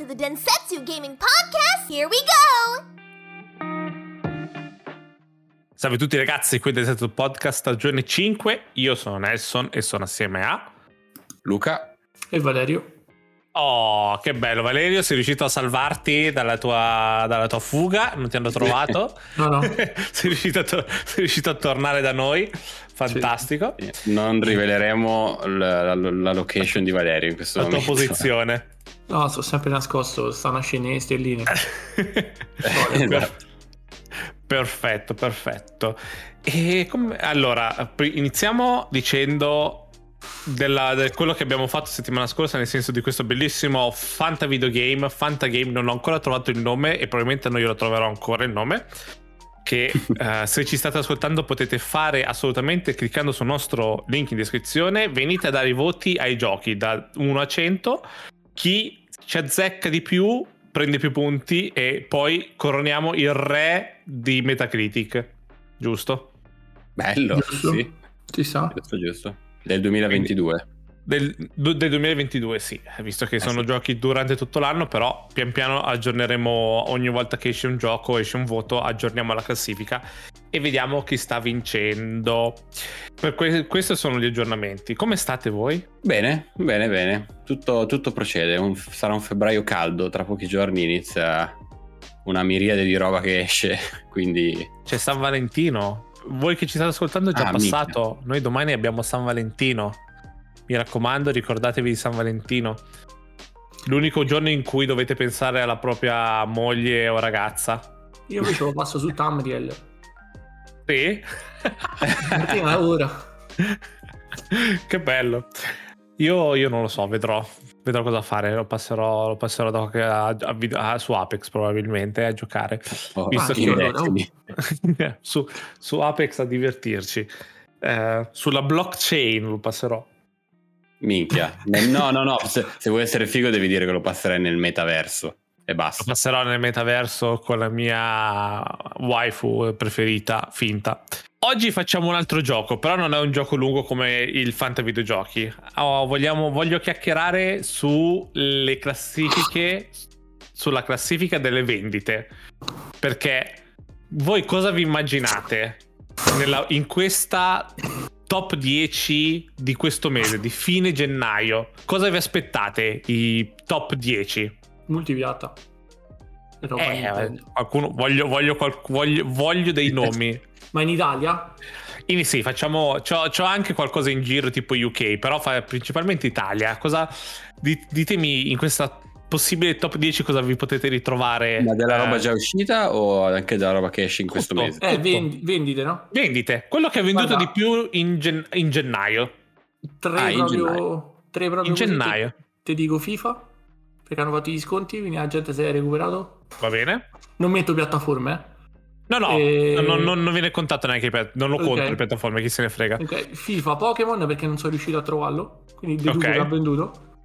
the Densetsu Gaming Podcast. Here we go! Salve a tutti ragazzi, qui del Densetsu Podcast stagione 5. Io sono Nelson e sono assieme a Luca e Valerio. Oh, che bello Valerio, sei riuscito a salvarti dalla tua fuga, non ti hanno trovato? No. sei riuscito a tornare da noi, fantastico. Sì. Non riveleremo la location di Valerio in questo momento. La tua posizione. No, sto sempre nascosto, stanno a scene stelline. Perfetto. E allora, iniziamo dicendo di quello che abbiamo fatto settimana scorsa, nel senso di questo bellissimo Fantagame. Non ho ancora trovato il nome e probabilmente non glielo troverò ancora il nome, che se ci state ascoltando potete fare assolutamente cliccando sul nostro link in descrizione. Venite a dare i voti ai giochi da 1 a 100, chi ci azzecca di più prende più punti e poi coroniamo il re di Metacritic, giusto? Bello, giusto. Sì. Ci sa. Giusto. Del 2022. Del 2022 sì, visto che sono giochi durante tutto l'anno, però pian piano aggiorneremo ogni volta che esce un gioco, esce un voto, aggiorniamo la classifica e vediamo chi sta vincendo. Per questi sono gli aggiornamenti. Come state voi? Bene. Tutto procede. Sarà un febbraio caldo, tra pochi giorni inizia una miriade di roba che esce, quindi... C'è San Valentino. Voi che ci state ascoltando è già passato. Mica. Noi domani abbiamo San Valentino. Mi raccomando, ricordatevi di San Valentino. L'unico giorno in cui dovete pensare alla propria moglie o ragazza. Io invece lo passo su Tamriel. Sì? Prima ora. Che bello. Io non lo so, vedrò cosa fare. Lo passerò su Apex probabilmente a giocare. Visto che su Apex a divertirci. Sulla blockchain lo passerò. Minchia. No. Se vuoi essere figo devi dire che lo passerai nel metaverso e basta. Lo passerò nel metaverso con la mia waifu preferita finta. Oggi facciamo un altro gioco, però non è un gioco lungo come il Fantavideogiochi. Voglio chiacchierare sulle classifiche, sulla classifica delle vendite. Perché voi cosa vi immaginate in questa top 10 di questo mese, di fine gennaio? Cosa vi aspettate i top 10? Multipiatta. Qualcuno voglio dei nomi. Ma in Italia? Sì, facciamo. C'ho anche qualcosa in giro tipo UK, però principalmente Italia. Ditemi in questa possibile top 10 cosa vi potete ritrovare. Ma della roba già uscita o anche della roba che esce in questo mese? Vendite, no? Vendite. Quello che ha venduto di più in gennaio. Tre proprio in gennaio. Ti dico FIFA, perché hanno fatto gli sconti, quindi la gente si è recuperato. Va bene. Non metto piattaforme, No, non viene contato neanche non lo conto le piattaforme, chi se ne frega. Ok, FIFA, Pokémon perché non sono riuscito a trovarlo, quindi deduco che ha venduto.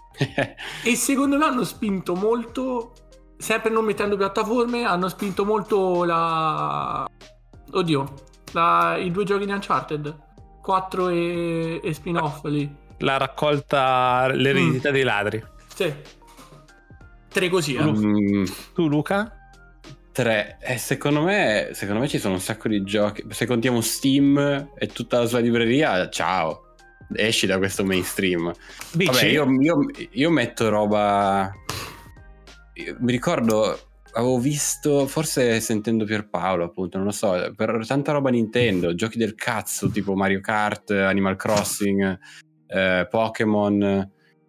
E secondo me hanno spinto molto, sempre non mettendo piattaforme, hanno spinto molto i 2 giochi di Uncharted 4 e spin-off lì. La raccolta, l'eredità dei ladri. Sì. 3 così, Tu Luca? 3. Secondo me ci sono un sacco di giochi. Se contiamo Steam e tutta la sua libreria, ciao, esci da questo mainstream. Dici? Vabbè, io metto roba. Mi ricordo, avevo visto, forse sentendo Pierpaolo appunto, non lo so, per tanta roba Nintendo, giochi del cazzo tipo Mario Kart, Animal Crossing, Pokémon,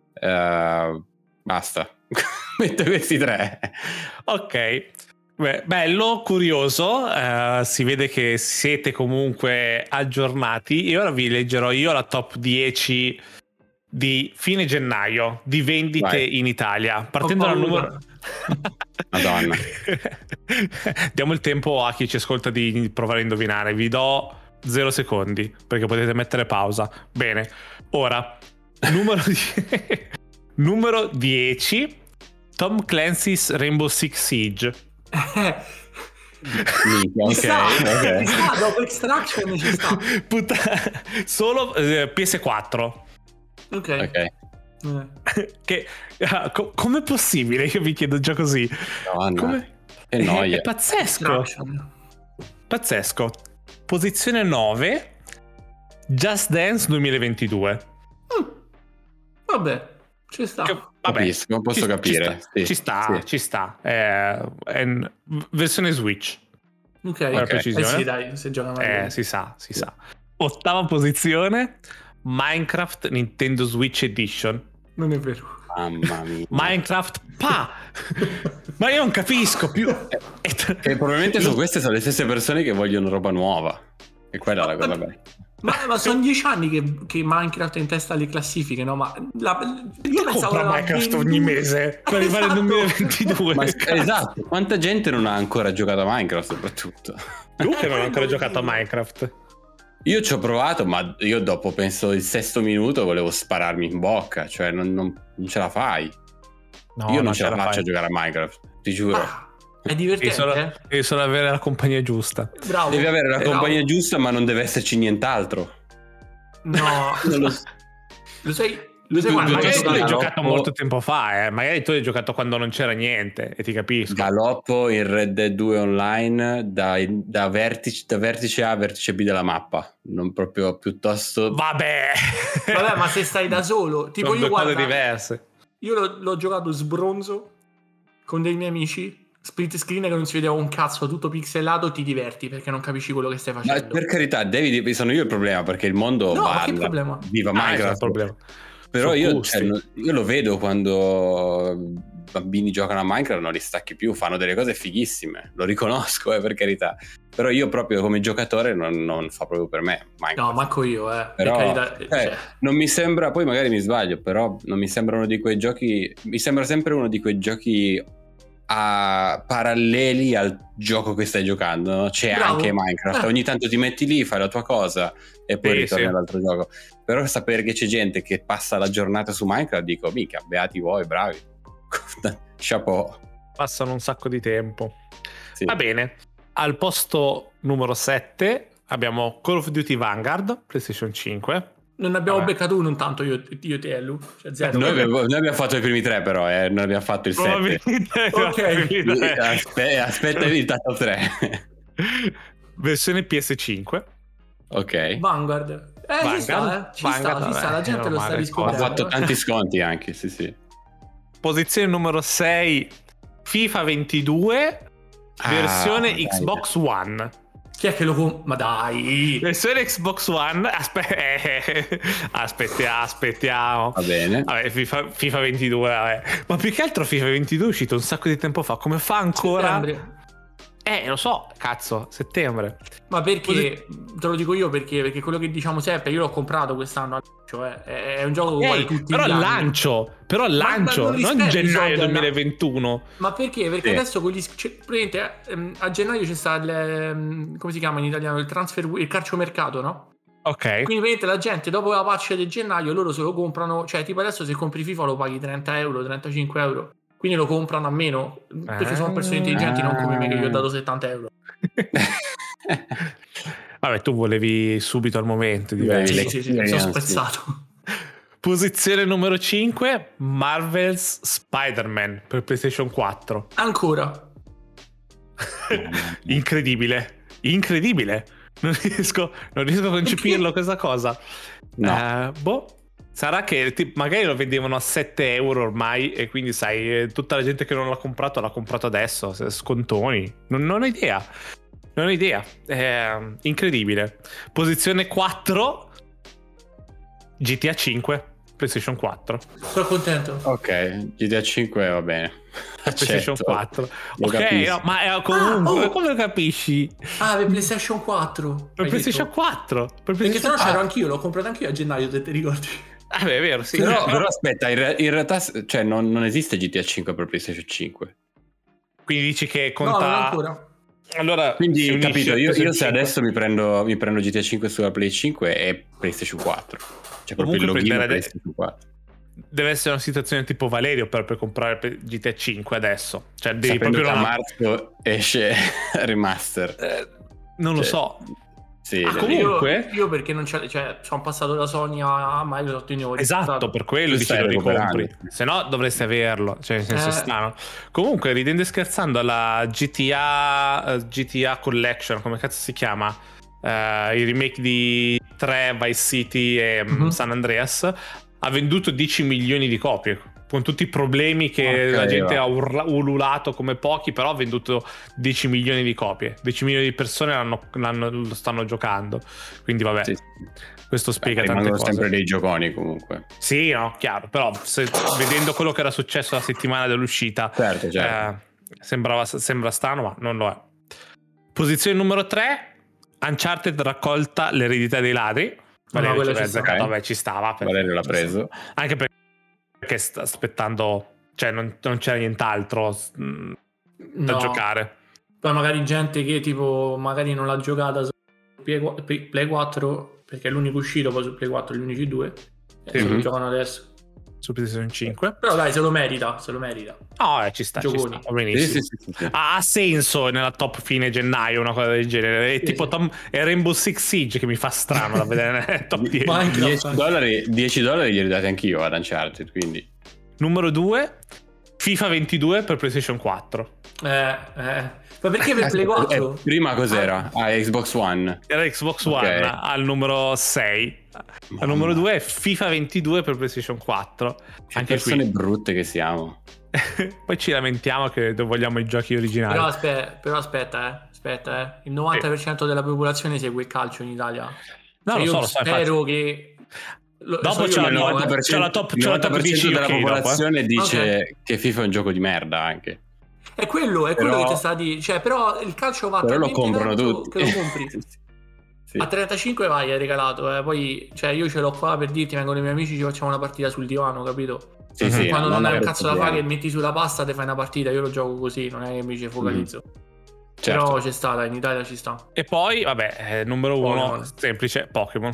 basta. Metto questi 3. Ok. Beh, bello, curioso, si vede che siete comunque aggiornati e ora vi leggerò io la top 10 di fine gennaio di vendite in Italia, partendo dal numero... Madonna. Diamo il tempo a chi ci ascolta di provare a indovinare, vi do 0 secondi perché potete mettere pausa. Bene, ora numero 10, Tom Clancy's Rainbow Six Siege. Ci sta, dopo Extraction ci sta. Solo PS4. Ok. Che com'è possibile? Io mi chiedo già così. Che noia. È pazzesco. Pazzesco. Posizione 9, Just Dance 2022. Vabbè, ci sta. Vabbè, capisco, posso capire. Ci sta. È versione Switch. Ok, precisione. Sì, dai, se gioca mai. Si sa. Ottava posizione, Minecraft Nintendo Switch Edition. Non è vero. Mamma mia. Minecraft ma io non capisco più. E probabilmente queste sono le stesse persone che vogliono roba nuova. E quella è la cosa bella. Ma sono 10 anni che Minecraft è in testa alle classifiche, no? Ma io pensavo Minecraft ogni mese per arrivare nel 2022. Esatto, quanta gente non ha ancora giocato a Minecraft soprattutto? Luca non ha ancora giocato a Minecraft. Io ci ho provato, ma io dopo penso il 6° minuto volevo spararmi in bocca, cioè non ce la fai. No, io non ce la faccio a giocare a Minecraft, ti giuro. È divertente. Devi solo avere la compagnia giusta. Bravo. Devi avere la compagnia giusta, ma non deve esserci nient'altro. No, lo sai magari tu l'hai giocato molto tempo fa, magari tu l'hai giocato quando non c'era niente, e ti capisco. Galoppo in Red Dead 2 online da vertice A a vertice B della mappa, non proprio piuttosto. Vabbè, ma se stai da solo, tipo sono io due cose diverse. Io l'ho giocato sbronzo con dei miei amici. Split screen che non si vedeva un cazzo, tutto pixelato, ti diverti perché non capisci quello che stai facendo. Ma per carità, sono io il problema, perché il mondo viva Minecraft. Problema. Però io lo vedo quando bambini giocano a Minecraft, non li stacchi più, fanno delle cose fighissime, lo riconosco, per carità. Però io proprio come giocatore non fa proprio per me Minecraft. No, manco io, Però, per carità, non mi sembra, poi magari mi sbaglio, però non mi sembra uno di quei giochi, mi sembra sempre uno di quei giochi paralleli al gioco che stai giocando, no? C'è anche Minecraft, ogni tanto ti metti lì, fai la tua cosa e poi ritorni all'altro gioco. Però sapere che c'è gente che passa la giornata su Minecraft, dico mica, beati voi, bravi. Chapeau. Passano un sacco di tempo. Sì. Va bene, al posto numero 7 abbiamo Call of Duty Vanguard PlayStation 5. Non abbiamo beccato uno intanto io e te, Lu. Cioè, zero. Noi abbiamo fatto i primi 3, però non abbiamo fatto il 7. Ok. Aspetta il dato 3. Versione PS5. Ok. Vanguard. Ci sta, la gente lo sta riscoprendo. Ha fatto tanti sconti anche, sì. Posizione numero 6, FIFA 22, versione Xbox One. Chi è che ma dai! Versione Xbox One. Aspettiamo. Va bene. Vabbè, FIFA 22. Vabbè. Ma più che altro FIFA 22 è uscito un sacco di tempo fa. Come fa ancora? Settembre. Lo so, cazzo, settembre. Ma perché? Te lo dico io perché quello che diciamo sempre, io l'ho comprato quest'anno, cioè è un gioco uguale tutti però gli anni. Però lancio, non gennaio 2021. Ma perché? Perché adesso a gennaio c'è stato come si chiama in italiano? Il calciomercato, no? Ok. Quindi vedete la gente dopo la patch di gennaio loro se lo comprano, cioè tipo adesso se compri FIFA lo paghi 30 euro, 35 euro. Quindi lo comprano a meno perché sono persone intelligenti, non come me che gli ho dato 70 euro. Vabbè, tu volevi subito al momento. Sì, sono spezzato. Posizione numero 5, Marvel's Spider-Man per PlayStation 4. Ancora. Incredibile. Non riesco a concepirlo questa cosa. No. Sarà che magari lo vendevano a 7 euro ormai e quindi sai, tutta la gente che non l'ha comprato adesso, scontoni. Non ho idea. Incredibile. Posizione 4, GTA 5 PlayStation 4. Sono contento. Ok, GTA 5 va bene. PlayStation 4. Lo ok, no, ma comunque come lo capisci? Per PlayStation 4. Per PlayStation 4. Perché se no c'ero anch'io, l'ho comprato anch'io a gennaio, te ricordi? È vero, sì. Però aspetta, in realtà cioè, non esiste GTA 5 per PlayStation 5. Quindi dici che conta... No, non ancora. Allora, quindi capito, io se adesso mi prendo GTA 5 sulla Play 5 è PlayStation 4. Cioè proprio il login PlayStation 4. Deve essere una situazione tipo Valerio per comprare GTA 5 adesso. Cioè devi proprio a marzo esce remaster. Non lo so. Sì, comunque io perché non c'è, cioè sono passato da Sony a Microsoft, quindi ho esatto, per quello Tu dici stai lo ricompri, recuperando. se no dovresti averlo, cioè nel senso strano. Comunque, ridendo e scherzando, la GTA Collection, come cazzo si chiama? I remake di 3, Vice City e San Andreas, ha venduto 10 milioni di copie, con tutti i problemi che la gente ha ululato come pochi, però ha venduto 10 milioni di copie. 10 milioni di persone lo stanno giocando, quindi vabbè, sì. Questo spiega tante cose. Sempre dei gioconi comunque. Sì, no, chiaro, però vedendo quello che era successo la settimana dell'uscita, certo. Sembra strano, ma non lo è. Posizione numero 3, Uncharted raccolta l'eredità dei ladri. Vabbè, ci stava. Valerio l'ha preso. Anche perché sta aspettando, cioè non c'era nient'altro da giocare. Poi magari gente che tipo magari non l'ha giocata su Play 4, perché è l'unico uscito, poi su Play 4 gli unici due, e lo giocano adesso su PlayStation 5. Però dai, se lo merita. No, ci sta, va benissimo. Sì. Ha senso nella top fine gennaio una cosa del genere. È tipo è Rainbow Six Siege che mi fa strano da vedere top 10. $10 glieli date anch'io ad Uncharted, quindi. Numero 2, FIFA 22 per PlayStation 4. Ma perché per Play 4? Prima cos'era? Xbox One. Era Xbox One al numero 6. Al numero 2 è FIFA 22 per PlayStation 4. Che anche persone brutte che siamo. Poi ci lamentiamo che vogliamo i giochi originali. Però aspetta. Il 90% della popolazione segue il calcio in Italia. No, io spero infatti. che... Dopo c'è la top 10 della popolazione dice che FIFA è un gioco di merda anche. È quello che ti sta di, cioè, però il calcio va però lo comprano tutti, che lo compri. Sì. A 35 vai, è regalato, poi cioè io ce l'ho qua per dirti, vengono i miei amici, ci facciamo una partita sul divano, capito? Sì, quando non hai un cazzo da fare, metti sulla pasta, te fai una partita, io lo gioco così, non è che mi ci focalizzo. Certo. Però c'è stata, in Italia ci sta. E poi vabbè, numero 1 semplice, Pokémon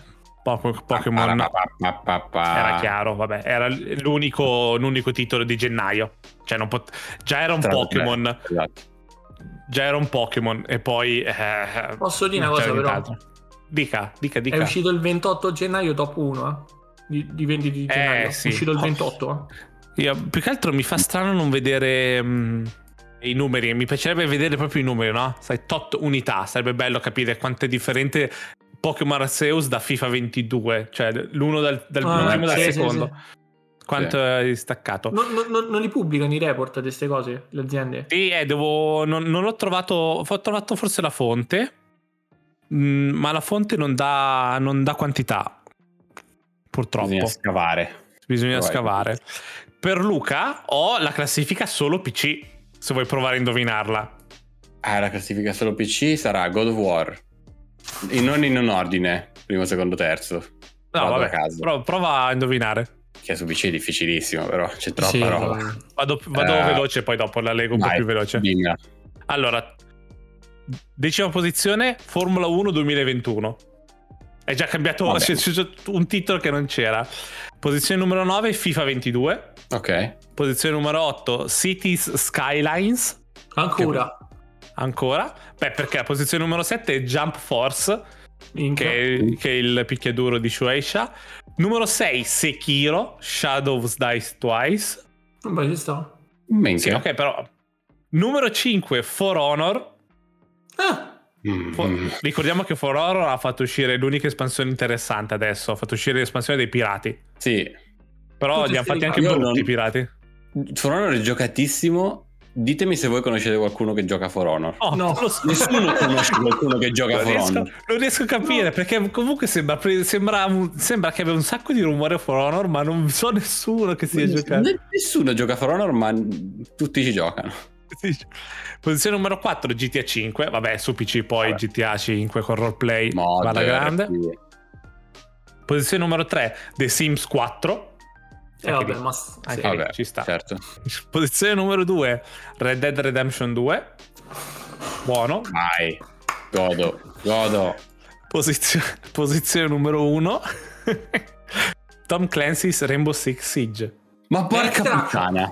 era chiaro, vabbè, era l'unico titolo di gennaio, cioè già era un Pokémon, esatto. Già era un Pokémon e poi posso dire una cosa però? Dica. È uscito il 28 gennaio top 1 di 20 di gennaio, sì. È uscito il 28 Io, più che altro mi fa strano non vedere i numeri, mi piacerebbe vedere proprio i numeri, no? Sai, tot unità, sarebbe bello capire quanto è differente Pokémon Arceus da FIFA 22, cioè l'uno dal primo dal secondo. Sì. Quanto è distaccato. Non li pubblicano i report di queste cose le aziende? Sì, non l'ho trovato. Ho trovato forse la fonte, ma la fonte non dà quantità, purtroppo. Bisogna scavare. Per Luca ho la classifica solo PC, se vuoi provare a indovinarla. La classifica solo PC sarà God of War, non in un ordine, primo, secondo, terzo. No, vabbè, prova a indovinare. Che su PC è difficilissimo, però c'è troppa roba. Vado veloce, poi dopo la leggo un po' più veloce. Dimmi. Allora, 10ª posizione, Formula 1 2021. È già cambiato, c'è un titolo che non c'era. Posizione numero 9, FIFA 22. Ok. Posizione numero 8, Cities Skylines. Ancora? Beh, perché la posizione numero 7 è Jump Force, che è il picchiaduro di Shueisha. Numero 6, Sekiro, Shadows Die Twice. Beh, ci sta. Sì, ok, però. Numero 5, For Honor. Ricordiamo che For Honor ha fatto uscire l'unica espansione interessante adesso. Ha fatto uscire l'espansione dei pirati. Sì. Però li hanno fatti anche brutti i pirati. For Honor è giocatissimo. Ditemi se voi conoscete qualcuno che gioca For Honor. No. Nessuno conosce qualcuno che gioca For Honor. Non riesco a capire, perché comunque sembra che abbia un sacco di rumore For Honor, ma non so nessuno che sia giocato. Nessuno gioca For Honor, ma tutti ci giocano. Posizione numero 4, GTA 5. Vabbè, su PC poi GTA 5 con roleplay va alla grande. Posizione numero 3, The Sims 4. Vabbè, ci sta. Certo. Posizione numero 2, Red Dead Redemption 2. Buono. Vai. Godo. Posizione numero 1, Tom Clancy's Rainbow Six Siege. Ma porca puttana.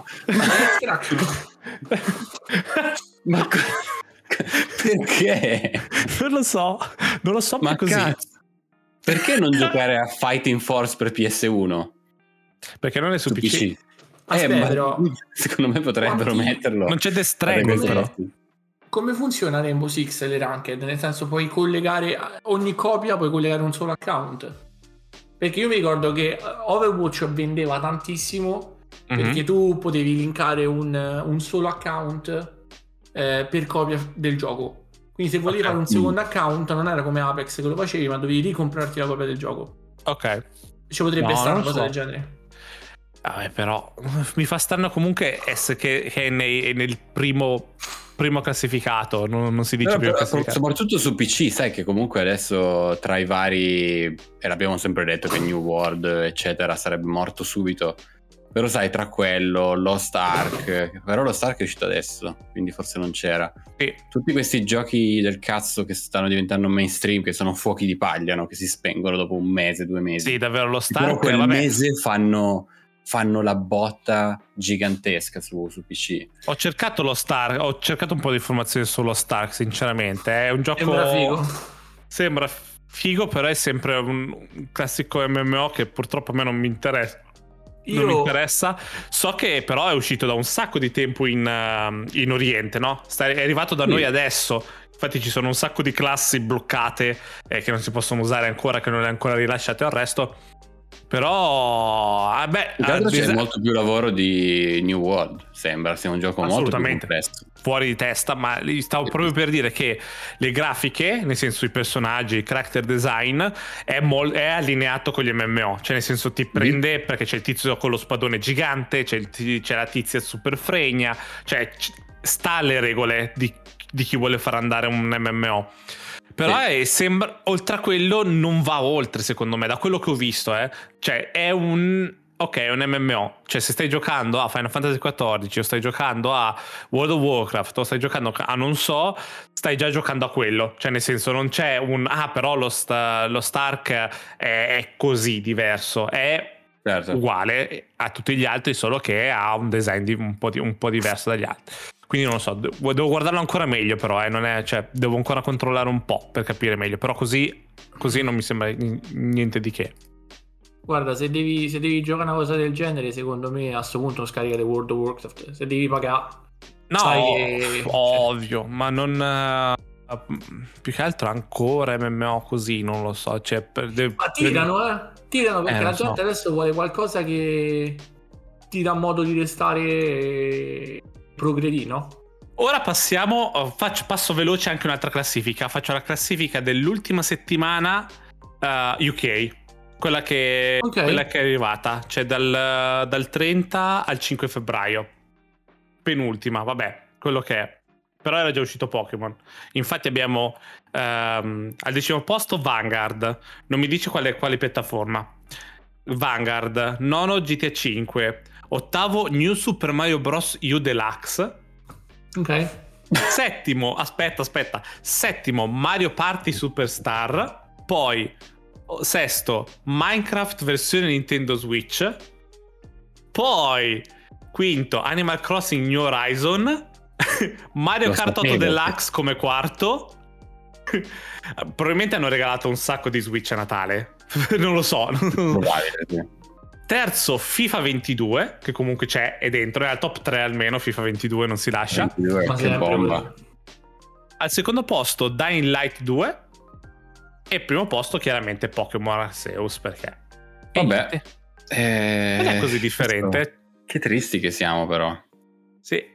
Ma perché? Non lo so. Non lo so, ma così. Cazzo. Perché non giocare a Fighting Force per PS1? Perché non è su PC. Aspetta, però, secondo me potrebbero metterlo. Non c'è Death Stranding, però. Come funziona Rainbow Six le ranked? Nel senso, puoi collegare ogni copia, puoi collegare un solo account? Perché io mi ricordo che Overwatch vendeva tantissimo perché tu potevi linkare un solo account per copia del gioco. Quindi se volevi fare un secondo account non era come Apex che lo facevi, ma dovevi ricomprarti la copia del gioco. Ok. Ci potrebbe stare una cosa del genere. Però mi fa strano comunque essere che è nel primo classificato, non si dice più classificato. Soprattutto su PC, sai che comunque adesso tra i vari, e l'abbiamo sempre detto che New World eccetera sarebbe morto subito, però sai, tra quello, Lost Ark, però Lost Ark è uscito adesso, quindi forse non c'era. Sì. Tutti questi giochi del cazzo che stanno diventando mainstream, che sono fuochi di paglia, no? Che si spengono dopo un mese, 2 mesi. Sì, davvero, Lost Ark. Però quel mese fanno la botta gigantesca su PC. Ho cercato un po' di informazioni sullo Stark, sinceramente. È un gioco. Sembra figo, però è sempre un classico MMO che purtroppo a me non mi interessa. Non mi interessa. So che però è uscito da un sacco di tempo in Oriente, no? È arrivato da noi adesso. Infatti ci sono un sacco di classi bloccate che non si possono usare ancora, che non è ancora rilasciato il resto. Però c'è molto più lavoro di New World, sembra sia un gioco molto più complesso, fuori di testa, ma stavo proprio per dire che le grafiche, nel senso i personaggi, il character design è allineato con gli MMO, cioè nel senso ti prende perché c'è il tizio con lo spadone gigante, c'è la tizia super fregna, cioè sta alle regole di chi vuole far andare un MMO. Però sembra, oltre a quello non va oltre, secondo me, da quello che ho visto, cioè è un MMO, cioè se stai giocando a Final Fantasy XIV o stai giocando a World of Warcraft o stai giocando a non so, stai già giocando a quello, cioè nel senso non c'è però lo Stark è così diverso, è uguale a tutti gli altri, solo che ha un design un po' diverso dagli altri. Quindi non lo so, devo guardarlo ancora meglio, però devo ancora controllare un po' per capire meglio, però così non mi sembra niente di che. Guarda, se devi giocare una cosa del genere, secondo me a sto punto scarica World of Warcraft. Se devi pagare, ovvio, ma non più che altro ancora MMO così, non lo so, cioè ma tirano perché la gente adesso vuole qualcosa che ti dà modo di restare progredino. Ora passo veloce anche un'altra classifica. Faccio la classifica dell'ultima settimana UK, quella che è arrivata, cioè dal 30 al 5 febbraio, penultima, vabbè, quello che è. Però era già uscito Pokémon. Infatti abbiamo al 10° posto Vanguard, non mi dice quale piattaforma. Vanguard, 9 GTA 5, 8 New Super Mario Bros. U Deluxe. Ok. Settimo Mario Party Superstar. Poi sesto Minecraft versione Nintendo Switch. Poi quinto Animal Crossing New Horizon. Mario Kart 8 Deluxe come quarto. Probabilmente hanno regalato un sacco di Switch a Natale. Non lo so. Terzo FIFA 22, che comunque è dentro, è al top 3 almeno. FIFA 22 non si lascia. 22, che bomba. Al secondo posto Dying Light 2. E primo posto chiaramente Pokémon Arceus, perché vabbè non è così differente. Che tristi che siamo, però. Sì,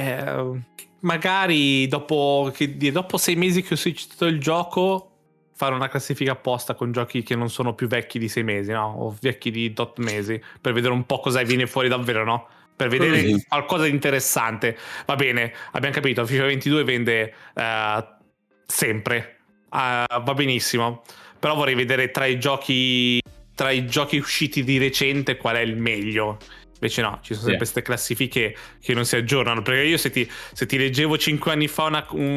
magari dopo 6 mesi che ho switchato il gioco, fare una classifica apposta con giochi che non sono più vecchi di 6 mesi, no? O vecchi di 8 mesi, per vedere un po' cosa viene fuori davvero, no? Per vedere qualcosa di interessante. Va bene, abbiamo capito, FIFA 22 vende sempre, va benissimo, però vorrei vedere tra i giochi usciti di recente qual è il meglio. Invece no, ci sono sempre queste classifiche che non si aggiornano, perché io se ti leggevo 5 anni fa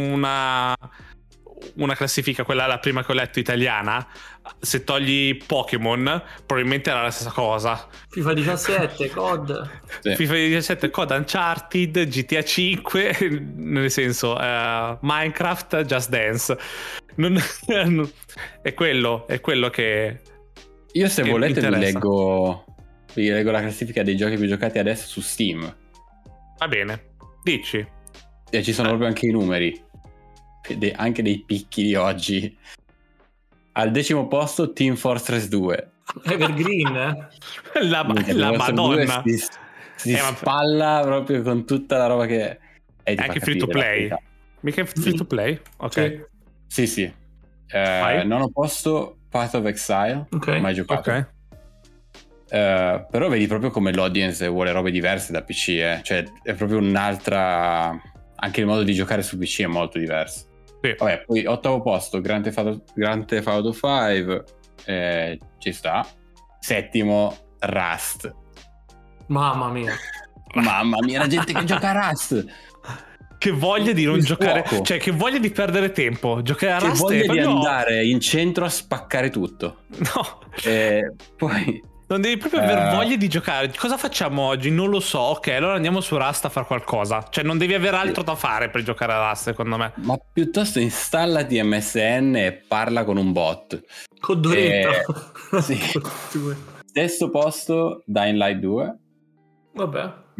una classifica, quella la prima che ho letto italiana, se togli Pokémon probabilmente era la stessa cosa. FIFA 17 COD, FIFA 17 COD, Uncharted, GTA 5, nel senso Minecraft, Just Dance. è quello che Io se che volete mi interessa. vi leggo la classifica dei giochi più giocati adesso su Steam. Va bene, dici. E ci sono proprio anche i numeri, anche dei picchi di oggi. Al 10° posto Team Fortress 2. Evergreen, eh? La Team Fortress Madonna. 2 si ma- spalla proprio con tutta la roba che è È anche free to play. Mica è free to play? Ok. Sì. Vai. 9° posto Path of Exile. Ok. Mai giocato. Ok. Però vedi proprio come l'audience vuole robe diverse da PC, cioè è proprio un'altra, anche il modo di giocare su PC è molto diverso. Sì. Vabbè, poi 8° posto Grand Theft Auto 5, ci sta. 7° Rust. Mamma mia. Mamma mia, la gente che gioca a Rust, Che voglia di non Il giocare, fuoco. cioè che voglia di perdere tempo. Giocare a che Rust voglia è di proprio... andare in centro a spaccare tutto. No, Poi non devi proprio aver voglia di giocare. Cosa facciamo oggi? Non lo so. Ok, allora andiamo su Rust a fare qualcosa. Cioè non devi avere altro da fare per giocare a Rust, secondo me. ma piuttosto installati MSN e parla con un bot. Con Doretta. sì. 6° posto Dying Light 2. Vabbè. Ok.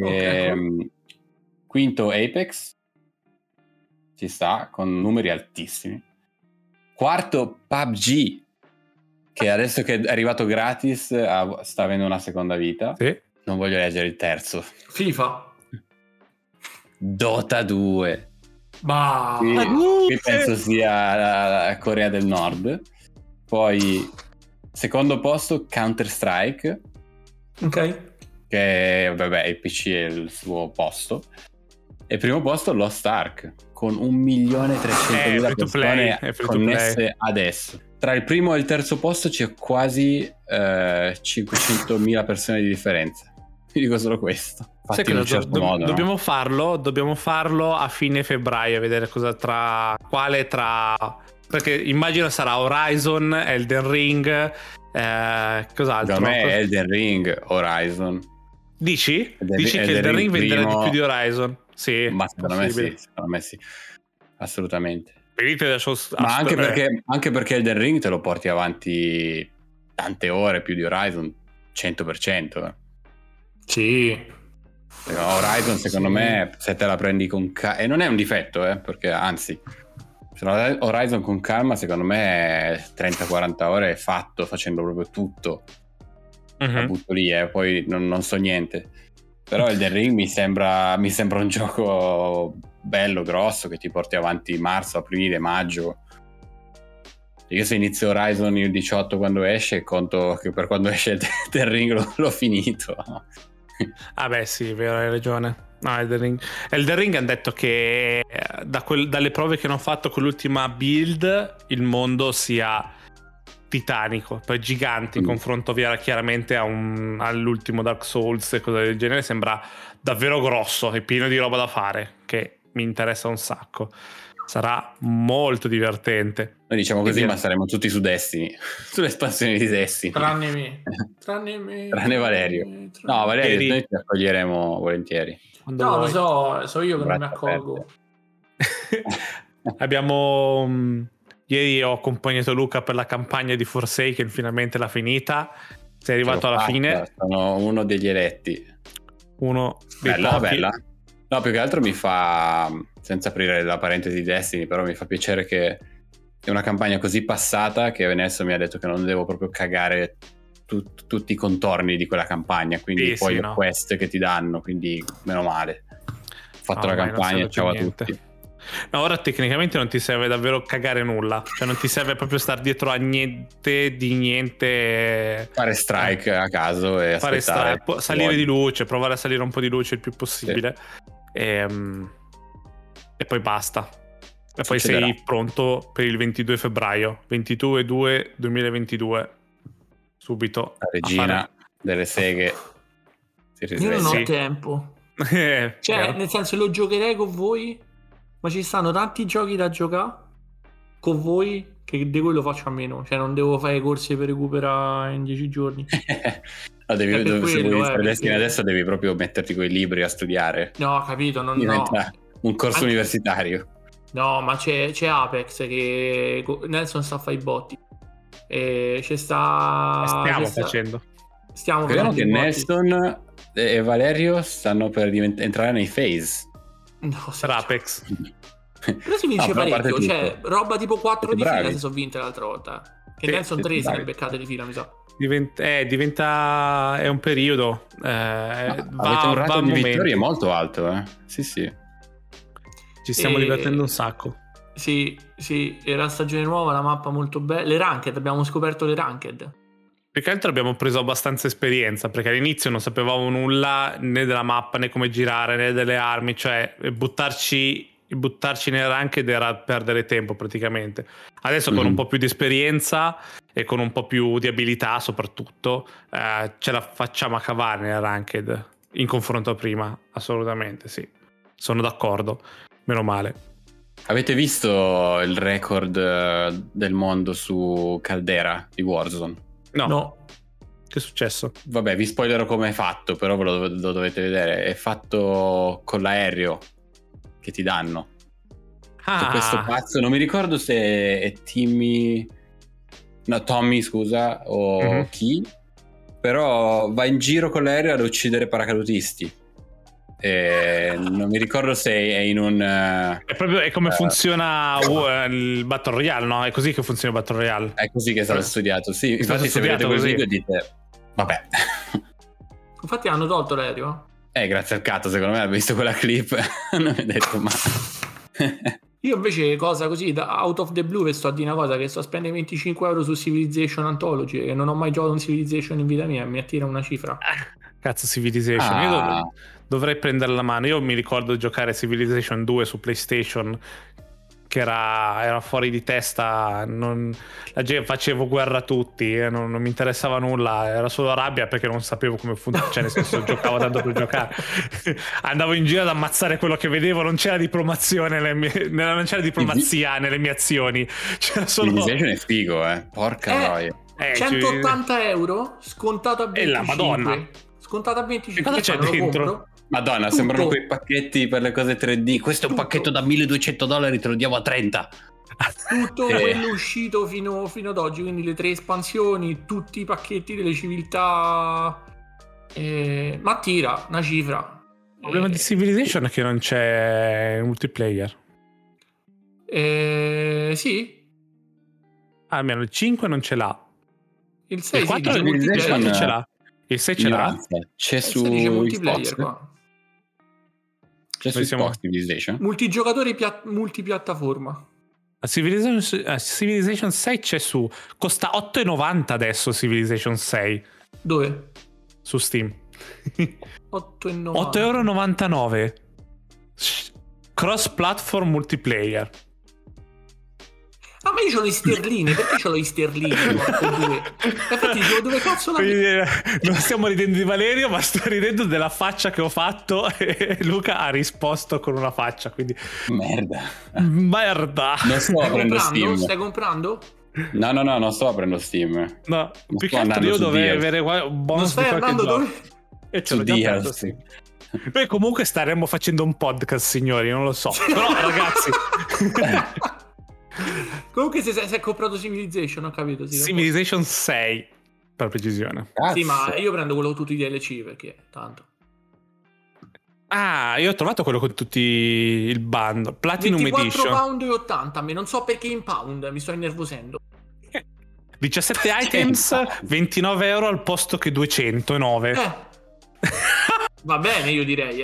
5° Apex. Ci sta, con numeri altissimi. 4° PUBG, che adesso che è arrivato gratis sta avendo una seconda vita. Sì. Non voglio leggere il terzo. FIFA. Dota 2. Bah. Qui penso sia la Corea del Nord. Poi 2° posto Counter Strike, Ok. che vabbè il PC è il suo posto. E 1° posto Lost Ark, con 1.300.000 free to play, persone è free to connesse play. adesso. Tra il primo e il terzo posto c'è quasi 500.000 persone di differenza. Vi dico solo questo. Sai Fatti in un cosa? certo modo, no? Dobbiamo farlo a fine febbraio, a vedere cosa perché immagino sarà Horizon, Elden Ring, cos'altro? Secondo me Elden Ring, Horizon. Dici? Elden Dici che Ring Elden Ring venderà primo. di più di Horizon? Sì, Ma secondo me possibile. sì, assolutamente. Venite adesso Ma anche perché Elden Ring te lo porti avanti tante ore più di Horizon, 100%. Sì. Horizon secondo me se te la prendi con calma, e non è un difetto, perché anzi, se la Horizon con calma secondo me 30-40 ore è fatto, facendo proprio tutto. La butto lì, poi non so niente. Però Elden Ring mi sembra un gioco bello, grosso, che ti porti avanti marzo, aprile, maggio. Io se inizio Horizon il 18 quando esce, conto che per quando esce Elden Ring l'ho finito. Ah beh sì, vero, hai ragione. No, Elden Ring hanno detto che dalle prove che hanno fatto con l'ultima build il mondo sia titanico, poi gigante in confronto chiaramente all'ultimo Dark Souls e cose del genere. Sembra davvero grosso e pieno di roba da fare, che mi interessa un sacco. Sarà molto divertente. Noi diciamo così, ma saremo tutti su Destiny, sull'espansione di Destiny. Tranne me. Tranne Valerio. No, Valerio, noi ti accoglieremo volentieri. Quando No, vuoi. lo so io che non mi accorgo. Abbiamo ieri ho accompagnato Luca per la campagna di Forsaken, finalmente l'ha finita. Sei arrivato alla fine. Sono uno degli eletti. Uno dei pochi. Bella. No, più che altro mi fa, senza aprire la parentesi di Destiny, però mi fa piacere che è una campagna così passata che adesso mi ha detto che non devo proprio cagare tutti i contorni di quella campagna, quindi poi le quest che ti danno, quindi meno male. Ho fatto la campagna, ciao a tutti. No, ora tecnicamente non ti serve davvero cagare nulla, cioè non ti serve proprio stare dietro a niente di niente, fare strike a caso e fare aspettare salire di luce, provare a salire un po' di luce il più possibile, e poi basta. E poi sei pronto per il 22 febbraio 22/2/2022 subito la regina delle seghe si risveglia. Io non ho tempo, cioè nel senso lo giocherei con voi, ma ci stanno tanti giochi da giocare con voi che di quello faccio a meno, cioè non devo fare corse per recuperare in 10 giorni. No, se vuoi fare Destiny adesso devi proprio metterti coi libri a studiare. No, capito, non diventa un corso universitario. No, ma c'è Apex che Nelson sta a fare i botti. E Stiamo facendo. Stiamo Speriamo facendo che i botti. Nelson e Valerio stanno per entrare nei phase. No, Per Apex. Però si vince No, però a parte parecchio, cioè tutto. roba tipo 4 di Siete fila bravi. se sono vinte l'altra volta. Che Sì, Nelson 3 se ne bravi. è beccate di fila, mi sa. Diventa è un periodo. Avete un rato a di momenti. vittorie molto alto, eh? Sì. Ci stiamo E- divertendo un sacco. Sì, e la stagione nuova, la mappa molto bella. Le ranked, abbiamo scoperto le ranked. Più che altro abbiamo preso abbastanza esperienza, perché all'inizio non sapevamo nulla né della mappa, né come girare, né delle armi, cioè buttarci nel ranked era perdere tempo praticamente. Adesso con un po' più di esperienza e con un po' più di abilità soprattutto ce la facciamo a cavare nel ranked in confronto a prima, assolutamente sì. Sono d'accordo, meno male. Avete visto il record del mondo su Caldera di Warzone? No. Che è successo? Vabbè, vi spoilerò come è fatto, però ve lo dovete vedere. È fatto con l'aereo che ti danno. C'è questo pazzo, non mi ricordo se è Tommy, scusa, o chi, però va in giro con l'aereo ad uccidere paracadutisti. Non mi ricordo se è in un... È come funziona il Battle Royale, no? È così che funziona il Battle Royale. È così che è stato studiato, sì. È stato Infatti se vedete studiato quel così. video dite, vabbè. Infatti hanno tolto l'aereo. Grazie al cazzo, secondo me, ha visto quella clip. Non mi ha detto ma... Io invece cosa così, da out of the blue, vi sto a dire una cosa, che sto a spendere 25 euro su Civilization Anthology, e non ho mai giocato un Civilization in vita mia, mi attira una cifra. Cazzo, Civilization. Io dovrei prendere la mano. Io mi ricordo giocare Civilization 2 su PlayStation, che era fuori di testa. Facevo guerra a tutti, non mi interessava nulla, era solo rabbia perché non sapevo come funzionava, cioè nel senso giocavo tanto per giocare. Andavo in giro ad ammazzare quello che vedevo, non c'era diplomazia nelle mie azioni, c'era solo... Civilization è figo, porca noia. 180 euro scontato a 25. E la Madonna. Scontato a 25. E cosa c'è dentro? Madonna, Tutto. sembrano quei pacchetti per le cose 3D. Questo è un pacchetto da $1.200, te lo diamo a 30. Tutto quello uscito fino ad oggi, quindi le 3 espansioni, tutti i pacchetti delle civiltà. Ma tira una cifra. Il problema di Civilization è che non c'è multiplayer. Sì. Almeno il 5 non ce l'ha. Il 6 Il 4 dice multiplayer. ce l'ha. Il 6 ce l'ha. C'è su Dice multiplayer Xbox. qua. C'è su Noi siamo- Xbox Civilization. Multigiocatore multipiattaforma. A Civilization 6 c'è su. Costa 8,90 adesso Civilization 6 Dove? su Steam. 8,90. 8,99 cross platform multiplayer. Ah, ma io c'ho le sterline, perché c'ho le sterline? Infatti dicevo, dove cazzo la... Quindi, non stiamo ridendo di Valerio, ma sto ridendo della faccia che ho fatto e Luca ha risposto con una faccia, quindi Merda. merda. Non sto aprendo comprando? Steam. Stai comprando? No, non sto aprendo Steam. No, Non più sto che altro andando io su dovrei Deals. avere un bonus Non stai di qualche andando gioco. dove? E ce Su l'ho già Deals, aperto, sì. Noi comunque staremmo facendo un podcast, signori, non lo so. Però ragazzi, Comunque se hai comprato Civilization, ho capito. Sì, Civilization 6 per precisione. sì, ma io prendo quello con tutti i DLC perché tanto. Ah, io ho trovato quello con tutti il bundle Platinum 24 Edition. pound e 80, a me non so perché in pound, mi sto innervosendo. 17 items, 29 euro al posto che 209. Va bene, io direi,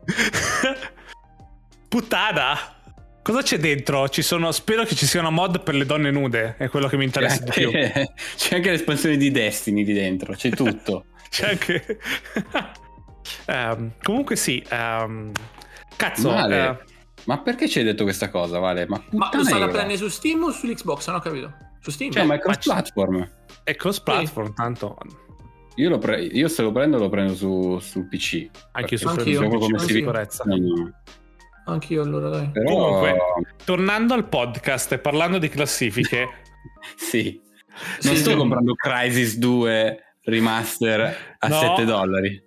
Puttana. Cosa c'è dentro? Spero che ci sia una mod per le donne nude. È quello che mi interessa di più. C'è anche l'espansione di Destiny di dentro. C'è tutto. C'è anche. Comunque sì. Cazzo. Vale. Ma perché ci hai detto questa cosa, Vale? Ma Ma lo state a puttana prendere su Steam o su Xbox? Non ho capito. Su Steam? cioè, ma è cross platform. È cross platform, tanto. Io se lo prendo su PC. Anche su Anch'io. gioco come Anch'io. sicurezza. Anch'io allora, dai. Però Comunque, tornando al podcast e parlando di classifiche, sì. Non Sì, sto sì. comprando Crysis 2 remaster a No. $7.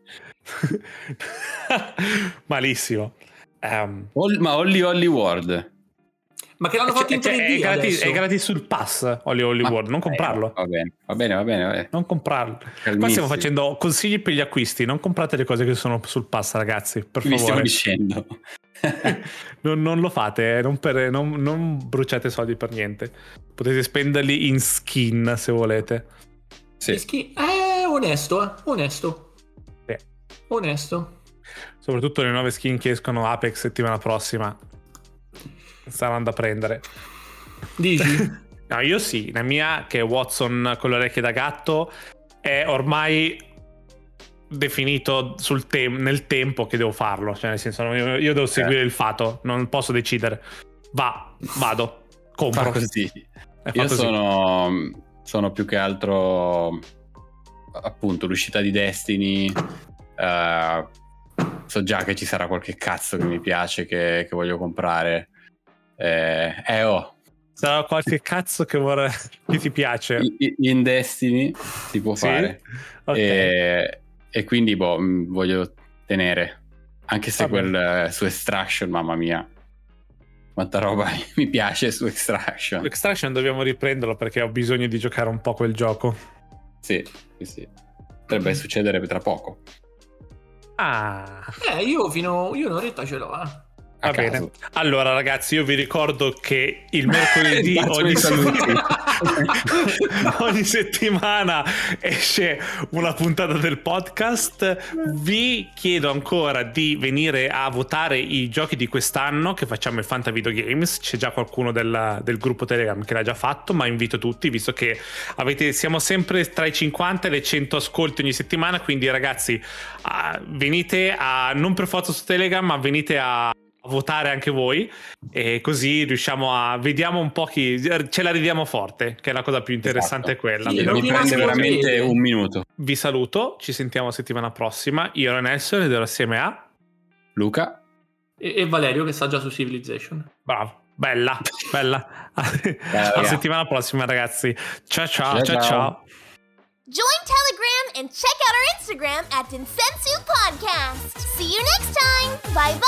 malissimo. Ma Holly World. Ma che l'hanno fatto in 3D adesso. È gratis sul pass Holy World, non comprarlo. Va bene. Non comprarlo. Calmissimi. Qua stiamo facendo consigli per gli acquisti, non comprate le cose che sono sul pass, ragazzi, per Vi stiamo favore. dicendo. Non lo fate, non bruciate soldi per niente. Potete spenderli in skin se volete. Sì. Onesto. Sì. Onesto. Soprattutto le nuove skin che escono Apex settimana prossima saranno da prendere. Dici? No, io sì, la mia, che è Watson con le orecchie da gatto, è ormai definito nel tempo che devo farlo. Cioè, nel senso, io devo seguire il fato, non posso decidere. Vado, compro. Fa così. Io sono più che altro appunto l'uscita di Destiny. So già che ci sarà qualche cazzo che mi piace, che voglio comprare. Sarà qualche cazzo che ti piace in Destiny si può fare. Okay. E quindi voglio tenere, anche se su Extraction, mamma mia, quanta roba mi piace su Extraction. Extraction dobbiamo riprenderlo perché ho bisogno di giocare un po' quel gioco. Sì. Potrebbe succedere tra poco. Io un'oretta ce l'ho, Va bene. Allora ragazzi, io vi ricordo che il mercoledì ogni settimana esce una puntata del podcast. Vi chiedo ancora di venire a votare i giochi di quest'anno che facciamo il Fanta Video Games. C'è già qualcuno del gruppo Telegram che l'ha già fatto, ma invito tutti, visto che siamo sempre tra i 50 e le 100 ascolti ogni settimana, quindi ragazzi venite non per forza su Telegram, ma venite a votare anche voi, e così vediamo un po' chi ce la ridiamo forte, che è la cosa più interessante. Esatto. È quella. Sì, mi prende veramente un minuto. Vi saluto, ci sentiamo settimana prossima. Io ero Nelson ed ero assieme a Luca e Valerio, che sta già su Civilization. Bravo, bella. Alla settimana prossima ragazzi. Ciao. Join Telegram and check out our Instagram at Densensu Podcast. See you next time. Bye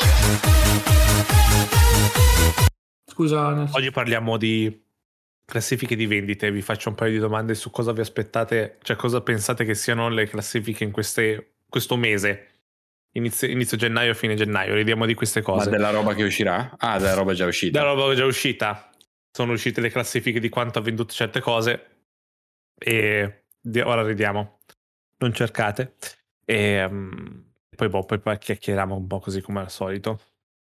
bye. Scusa. Oggi parliamo di classifiche di vendite. Vi faccio un paio di domande su cosa vi aspettate, cioè cosa pensate che siano le classifiche in questo mese. Inizio gennaio, fine gennaio. Ridiamo di queste cose. Ma della roba che uscirà? Della roba già uscita. Della roba già uscita. Sono uscite le classifiche di quanto ha venduto certe cose. E ora ridiamo, non cercate, e poi chiacchieriamo un po' così come al solito.